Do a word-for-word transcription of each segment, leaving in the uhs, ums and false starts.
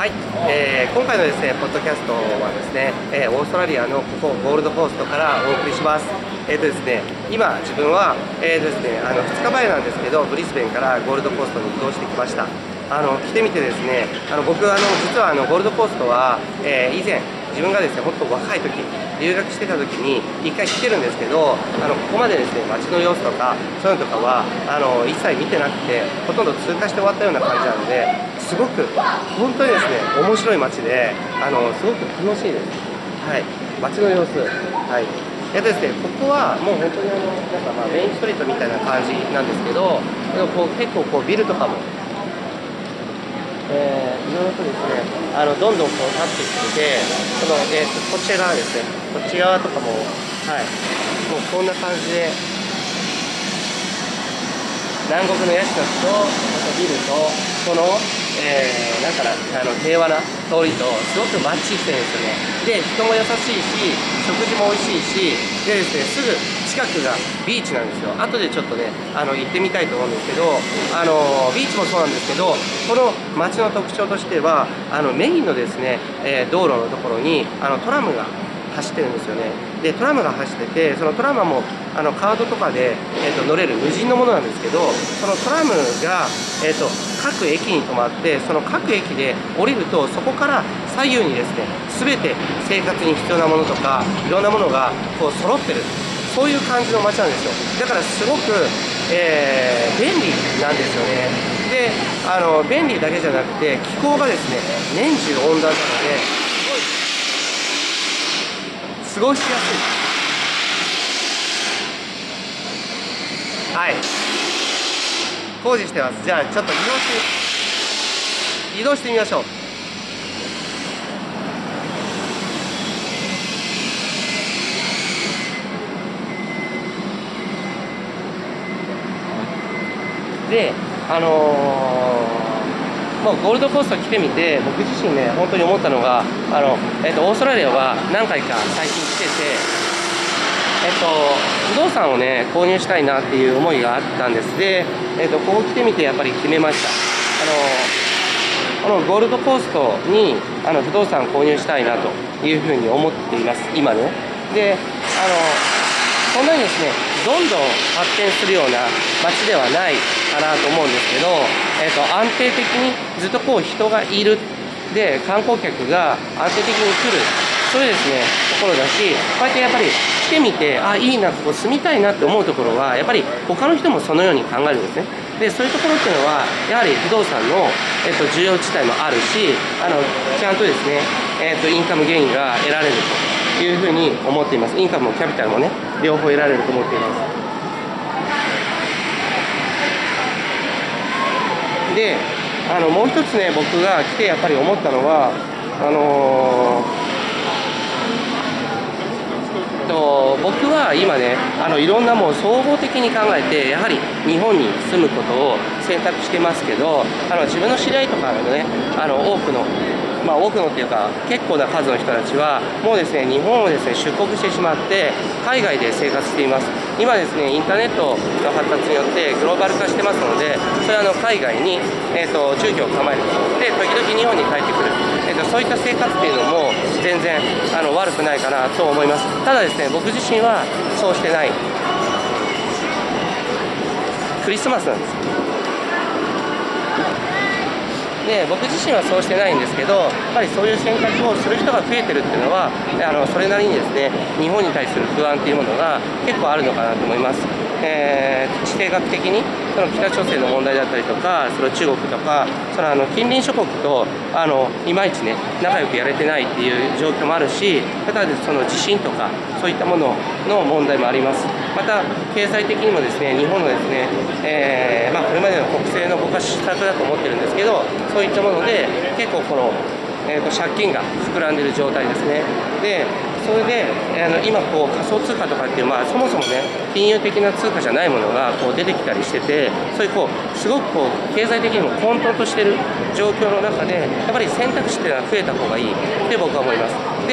はい、えー、今回のですね、ポッドキャストはですね、えー、オーストラリアのここゴールドコーストからお送りします。えーとですね、今自分は、えーとですね、あのふつかまえなんですけど、ブリスベンからゴールドコーストに移動してきました。あの来てみてですね、あの僕あの実はあのゴールドコーストは、えー、以前自分がですね、本当若い時留学してた時に一回来てるんですけど、あのここまでですね、街の様子とかそういうのとかはあの一切見てなくて、ほとんど通過して終わったような感じなので、すごく本当にですね、面白い街で、あのすごく楽しいです。はい、街の様子、はい。えっとですね、ここはもう本当にあのなんかまあメインストリートみたいな感じなんですけど、でもこう結構こうビルとかも。えー、いろいろとですね、あのどんどんこう立ってきてて、その、えー、とこっち側ですね、こっち側とかも、はい、もうこんな感じで、南国のヤシの木と、またビルと、この、えー、なんかな、あの平和な通りと、すごくマッチしてるんですよね。で、人も優しいし、食事も美味しいし、でですね、すぐ近くがビーチなんですよ。後でちょっとね、あの行ってみたいと思うんですけど、あのビーチもそうなんですけど、この街の特徴としては、あのメインのですね、えー、道路のところにあのトラムが走ってるんですよね。でトラムが走ってて、そのトラムはもうあのカードとかで、えー、と乗れる無人のものなんですけど、そのトラムが、えー、と各駅に止まって、その各駅で降りると、そこから左右にですね、全て生活に必要なものとかいろんなものがこう揃ってる、そういう感じの街なんですよ。だからすごく、えー、便利なんですよね。であの便利だけじゃなくて、気候がですね、年中温暖なので、過ごしやすい。はい、工事してます。じゃあちょっと移動して移動してみましょう。であのー、もうゴールドコースト来てみて、僕自身ね、本当に思ったのが、あの、えっと、オーストラリアは何回か最近来てて、えっと、不動産をね、購入したいなっていう思いがあったんです。で、えっと、ここ来てみてやっぱり決めました。あのこのゴールドコーストにあの不動産を購入したいなというふうに思っています、今ね。で、あのそんなにですね、どんどん発展するような街ではないかなと思うんですけど、えー、と安定的にずっとこう人がいる、で観光客が安定的に来る、そういうですねところだし、こうやってやっぱり来てみて、あ、いいな、ここ住みたいなって思うところは、やっぱり他の人もそのように考えるんですね。でそういうところっていうのは、やはり不動産の、えー、と需要地帯もあるし、あのちゃんとですね、えー、とインカムゲインが得られるというふうに思っています。インカムもキャピタルもね、両方得られると思っています。で、あのもう一つね、僕が来てやっぱり思ったのは、あのー、と僕は今ね、あのいろんなもう総合的に考えて、やはり日本に住むことを選択してますけど、あの自分の知り合いとかのね、あの多くのまあ、多くのっていうか結構な数の人たちはもうですね、日本をですね出国してしまって海外で生活しています。今ですね、インターネットの発達によってグローバル化してますので、それはあの海外に、えー、と住居を構えるで、時々日本に帰ってくる、えー、とそういった生活っていうのも全然あの悪くないかなと思います。ただですね、僕自身はそうしてない。クリスマスなんです。で僕自身はそうしてないんですけど、やっぱりそういう選択をする人が増えてるっていうのは、あのそれなりにですね、日本に対する不安っていうものが結構あるのかなと思います。えー、地政学的にその北朝鮮の問題だったりとか、その中国とか、そのあの近隣諸国とあのいまいちね仲良くやれてないっていう状況もあるし、またその地震とかそういったものの問題もあります。また経済的にもですね、日本のですね、えーまあ、これまでの国政の僕は施策だと思ってるんですけど、そういったもので結構この、えー、と借金が膨らんでいる状態ですね。でそれで、あの今こう仮想通貨とかっていう、まあ、そもそもね金融的な通貨じゃないものがこう出てきたりしてて、そういうこうすごくこう経済的にも混沌としている状況の中で、やっぱり選択肢っていうのは増えた方がいいって僕は思います。で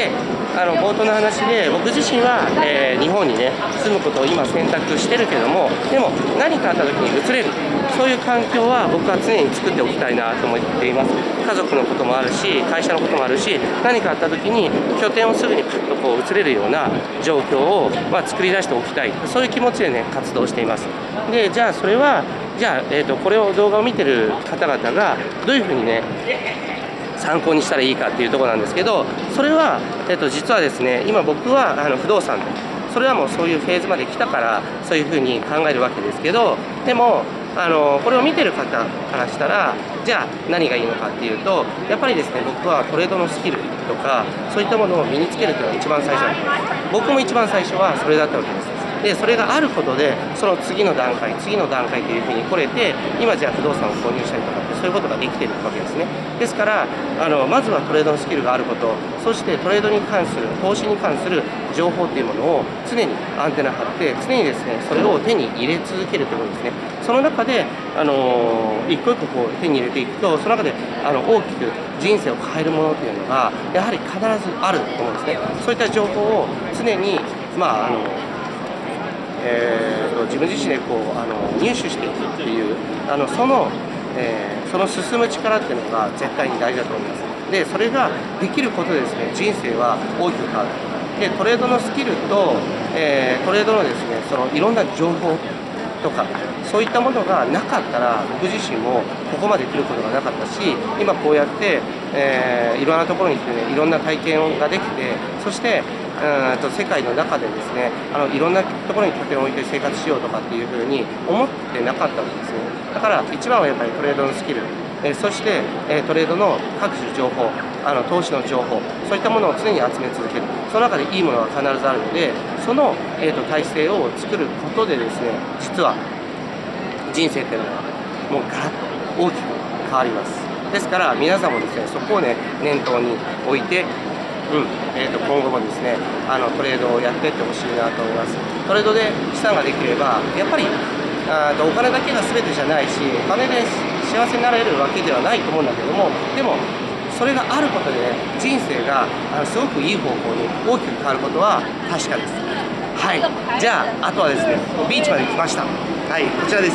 あの冒頭の話で、僕自身は、えー、日本にね住むことを今選択してるけども、でも何かあった時に移れる、そういう環境は僕は常に作っておきたいなと思っています。家族のこともあるし、会社のこともあるし、何かあった時に拠点をすぐにパッとこう移れるような状況を、まあ、作り出しておきたい、そういう気持ちでね活動しています。でじゃあそれはじゃあ、えーと、これを動画を見てる方々がどういうふうにね参考にしたらいいかっていうところなんですけど、それは、えーと、実はですね、今僕はあの不動産で、それはもうそういうフェーズまで来たからそういうふうに考えるわけですけど、でもあのこれを見てる方からしたらじゃあ何がいいのかっていうと、やっぱりですね、僕はトレードのスキルとかそういったものを身につけるというのが一番最初なんです。僕も一番最初はそれだったわけです。でそれがあることで、その次の段階次の段階というふうに来れて、今じゃあ不動産を購入したりとかってそういうことができているわけですね。ですからあのまずはトレードのスキルがあること、そしてトレードに関する投資に関する情報っていうものを常にアンテナ張って、常にですねそれを手に入れ続けるということですね。その中であの一個一個こう手に入れていくと、その中であの大きく人生を変えるものっていうのがやはり必ずあると思うんですね。そういった情報を常にまああのえー、と自分自身でこうあの入手していくっていうあのその、えー、その進む力っていうのが絶対に大事だと思います。でそれができることでですね、人生は大きく変わる。でトレードのスキルと、えー、トレードのですねそのいろんな情報とかそういったものがなかったら、僕自身もここまで来ることがなかったし、今こうやって、えー、いろんなところに来てね、いろんな体験ができて、そしてうんと世界の中でですね、あのいろんなところに拠点を置いて生活しようとかっていうふうに思ってなかったわけですね。だから一番はやっぱりトレードのスキル、えー、そして、えー、トレードの各種情報、あの投資の情報、そういったものを常に集め続ける。その中でいいものが必ずあるので、その、えー、と体制を作ることでですね、実は人生っていうのはもうガラッと大きく変わります。ですから皆さんもですね、そこをね念頭に置いて、うんえー、と今後もですねあのトレードをやっていってほしいなと思います。トレードで資産ができればやっぱりあお金だけが全てじゃないし、お金で幸せになれるわけではないと思うんだけども、でもそれがあることでね、人生があのすごくいい方向に大きく変わることは確かです。はい、じゃああとはですねビーチまで来ました。はい、こちらです。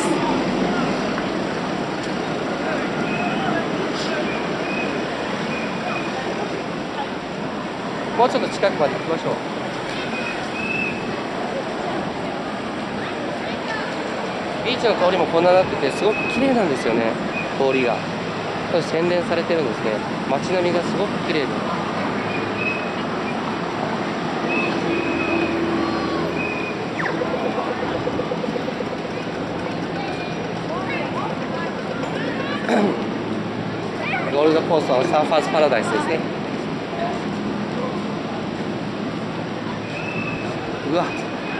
もうちょっと近くまで行きましょう。ビーチの通りもこんなになってて、すごく綺麗なんですよね、通りが。洗練されてるんですね。街並みがすごく綺麗で。ゴールドコーストのサーファーズパラダイスですね。うわ、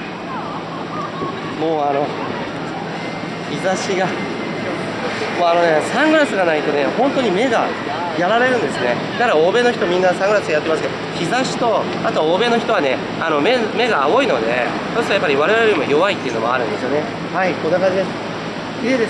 もうあの日差しがもうあのね、サングラスがないとね本当に目がやられるんですね。だから欧米の人みんなサングラスやってますけど、日差しとあと欧米の人はねあの 目, 目が青いので、そうするとやっぱり我々よりも弱いっていうのもあるんですよね。はい、こんな感じです。綺麗です。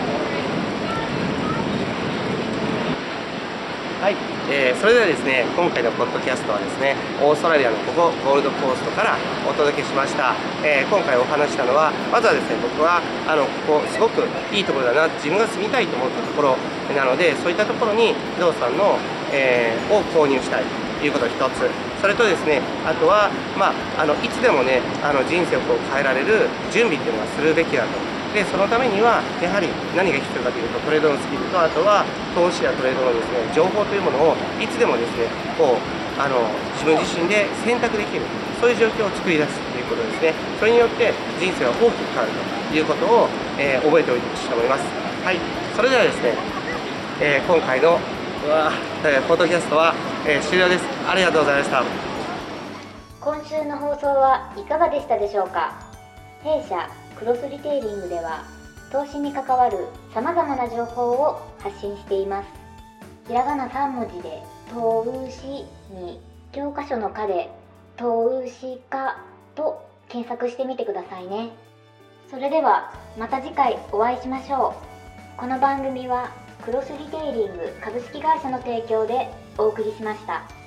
はい、えー、それではですね、今回のポッドキャストはですね、オーストラリアのここゴールドコーストからお届けしました。えー、今回お話したのは、まずはですね、僕はあのここすごくいいところだな、自分が住みたいと思ったところなので、そういったところに不動産の、えー、を購入したいということが一つ。それとですね、あとは、まあ、あのいつでもねあの人生をこう変えられる準備っていうのはするべきだと。でそのためにはやはり何が必要かというと、トレードのスキルと、あとは投資やトレードのですね情報というものをいつでもですねこうあの自分自身で選択できる、そういう状況を作り出すということですね。それによって人生は大きく変わるということを、えー、覚えておいてほしいと思います。はい、それではですね、えー、今回のうわ、えー、ポッドキャストは、えー、終了です。ありがとうございました。 今週の放送はいかがでしたでしょうか。弊社クロスリテイリングでは投資に関わるさまざまな情報を発信しています。ひらがなさん文字で投資に教科書の科で投資家と検索してみてくださいね。それではまた次回お会いしましょう。この番組はクロスリテイリング株式会社の提供でお送りしました。